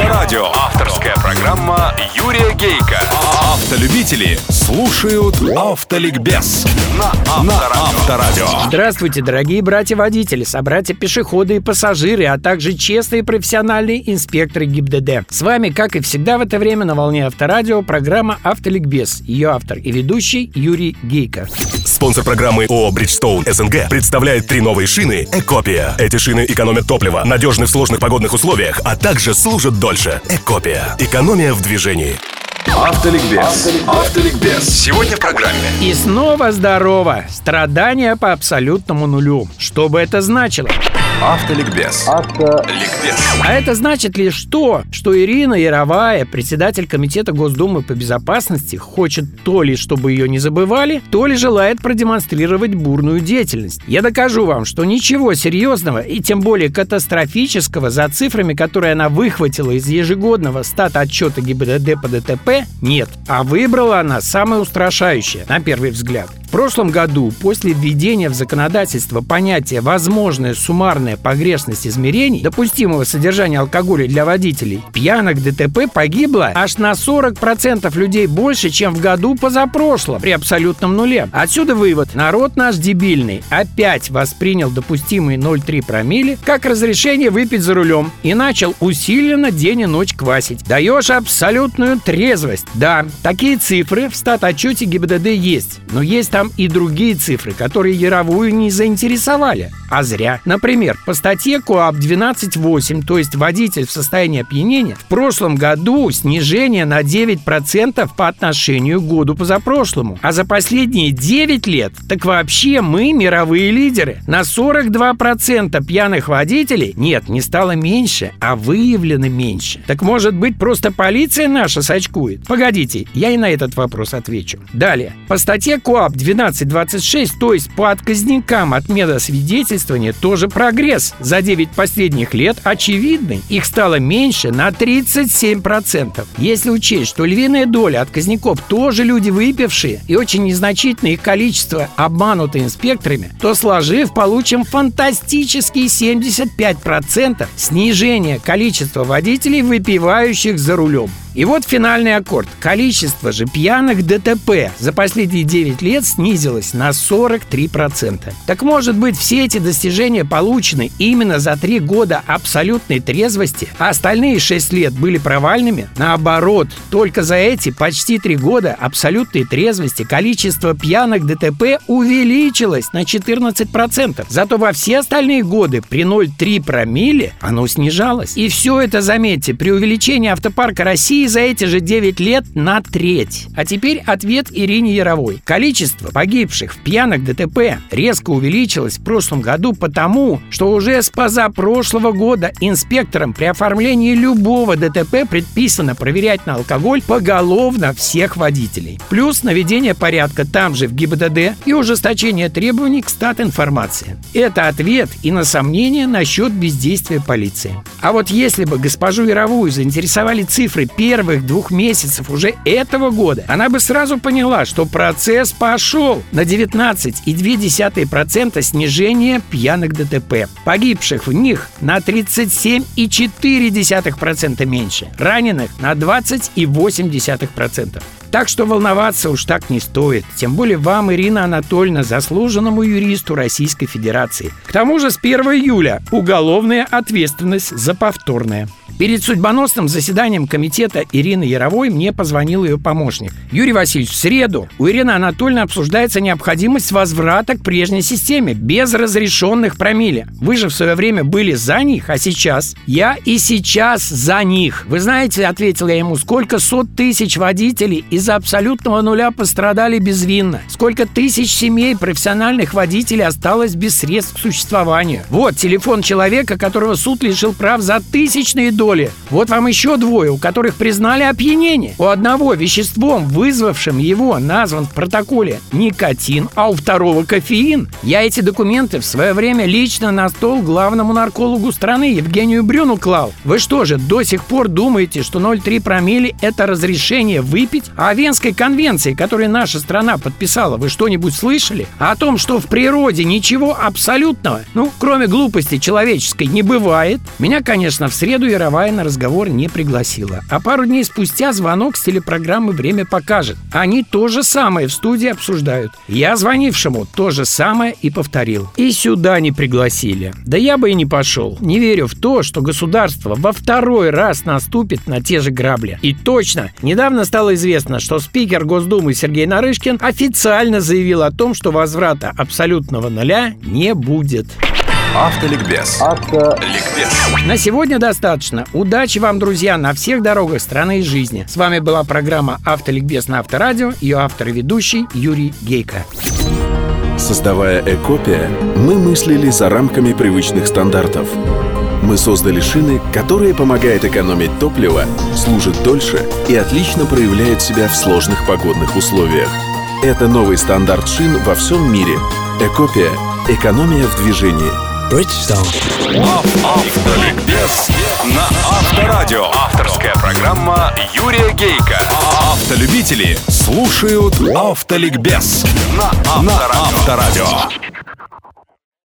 Авторадио. Авторская программа Юрия Гейка. Автолюбители слушают Автоликбез на Авторадио. Здравствуйте, дорогие братья-водители, собратья-пешеходы и пассажиры, а также честные профессиональные инспекторы ГИБДД. С вами, как и всегда в это время на волне Авторадио, программа Автоликбез. Ее автор и ведущий Юрий Гейка. Спонсор программы ООО «Бриджстоун СНГ» представляет 3 новые шины «Экопия». Эти шины экономят топливо, надежны в сложных погодных условиях, а также служат дольше. «Экопия». Экономия в движении. Автоликбез. Сегодня в программе. И снова здорово! Страдания по абсолютному нулю. Что бы это значило? Автоликбез. А это значит лишь то, что Ирина Яровая, председатель Комитета Госдумы по безопасности, хочет то ли, чтобы ее не забывали, то ли желает продемонстрировать бурную деятельность. Я докажу вам, что ничего серьезного и тем более катастрофического за цифрами, которые она выхватила из ежегодного стат-отчета ГИБДД по ДТП, нет. А выбрала она самое устрашающее, на первый взгляд. В прошлом году, после введения в законодательство понятия «возможная суммарная погрешность измерений» допустимого содержания алкоголя для водителей, пьяных ДТП погибло аж на 40% людей больше, чем в году позапрошлом, при абсолютном нуле. Отсюда вывод. Народ наш дебильный опять воспринял допустимые 0,3 промилле как разрешение выпить за рулем и начал усиленно день и ночь квасить. Даешь абсолютную трезвость. Да, такие цифры в стат-отчете ГИБДД есть, но есть там и другие цифры, которые Яровую не заинтересовали. А зря. Например, по статье КоАП 12.8, то есть водитель в состоянии опьянения, в прошлом году снижение на 9% по отношению к году позапрошлому. А за последние 9 лет так вообще мы мировые лидеры. На 42% пьяных водителей, нет, не стало меньше, а выявлено меньше. Так может быть, просто полиция наша сочкует? Погодите, я и на этот вопрос отвечу. Далее. По статье КоАП 12.26, то есть по отказникам от медосвидетельствования, тоже прогресс. За 9 последних лет очевидный. Их стало меньше на 37%. Если учесть, что львиная доля отказников тоже люди выпившие и очень незначительное их количество обмануто инспекторами, то, сложив, получим фантастические 75% снижения количества водителей, выпивающих за рулем. И вот финальный аккорд. Количество же пьяных ДТП за последние 9 лет снизилось на 43%. Так может быть, все эти достижения получены именно за 3 года абсолютной трезвости, а остальные 6 лет были провальными? Наоборот, только за эти почти 3 года абсолютной трезвости количество пьяных ДТП увеличилось на 14%. Зато во все остальные годы при 0,3 промилле оно снижалось. И все это, заметьте, при увеличении автопарка России за эти же 9 лет на треть. А теперь ответ Ирине Яровой. Количество погибших в пьяных ДТП резко увеличилось в прошлом году потому, что уже с позапрошлого года инспекторам при оформлении любого ДТП предписано проверять на алкоголь поголовно всех водителей. Плюс наведение порядка там же в ГИБДД и ужесточение требований к стат-информации. Это ответ и на сомнения насчет бездействия полиции. А вот если бы госпожу Яровую заинтересовали цифры первых 2 месяцев уже этого года, она бы сразу поняла, что процесс пошел на 19,2% снижения пьяных ДТП. Погибших в них на 37,4% меньше. Раненых на 20,8%. Так что волноваться уж так не стоит. Тем более вам, Ирина Анатольевна, заслуженному юристу Российской Федерации. К тому же с 1 июля уголовная ответственность за повторное. Перед судьбоносным заседанием комитета Ирины Яровой мне позвонил ее помощник. Юрий Васильевич, в среду у Ирины Анатольевны обсуждается необходимость возврата к прежней системе, без разрешенных промилле. Вы же в свое время были за них, а сейчас? Я и сейчас за них. Вы знаете, ответил я ему, сколько сот тысяч водителей из-за абсолютного нуля пострадали безвинно. Сколько тысяч семей профессиональных водителей осталось без средств к существованию. Вот телефон человека, которого суд лишил прав за тысячные доли. Вот вам еще 2, у которых признали опьянение. У одного веществом, вызвавшим его, назван в протоколе никотин, а у второго кофеин. Я эти документы в свое время лично на стол главному наркологу страны Евгению Брюну клал. Вы что же, до сих пор думаете, что 0,3 промилле – это разрешение выпить? А о Венской конвенции, которую наша страна подписала, вы что-нибудь слышали? А о том, что в природе ничего абсолютного, кроме глупости человеческой, не бывает? Меня, конечно, в среду Яровая Яровая на разговор не пригласила. А пару дней спустя звонок с телепрограммы «Время покажет». Они то же самое в студии обсуждают. Я звонившему то же самое и повторил. И сюда не пригласили. Да я бы и не пошел. Не верю в то, что государство во второй раз наступит на те же грабли. И точно, недавно стало известно, что спикер Госдумы Сергей Нарышкин официально заявил о том, что возврата абсолютного нуля не будет. Автоликбез. На сегодня достаточно. Удачи вам, друзья, на всех дорогах страны и жизни. С вами была программа «Автоликбез» на Авторадио. Ее автор и ведущий Юрий Гейко. Создавая Экопия, мы мыслили за рамками привычных стандартов. Мы создали шины, которые помогают экономить топливо, служат дольше и отлично проявляют себя в сложных погодных условиях. Это новый стандарт шин во всем мире. Экопия – экономия в движении. Bridgestone. Автоликбез на Авторадио. Авторская программа Юрия Гейко. Автолюбители слушают Автоликбез на Авторадио.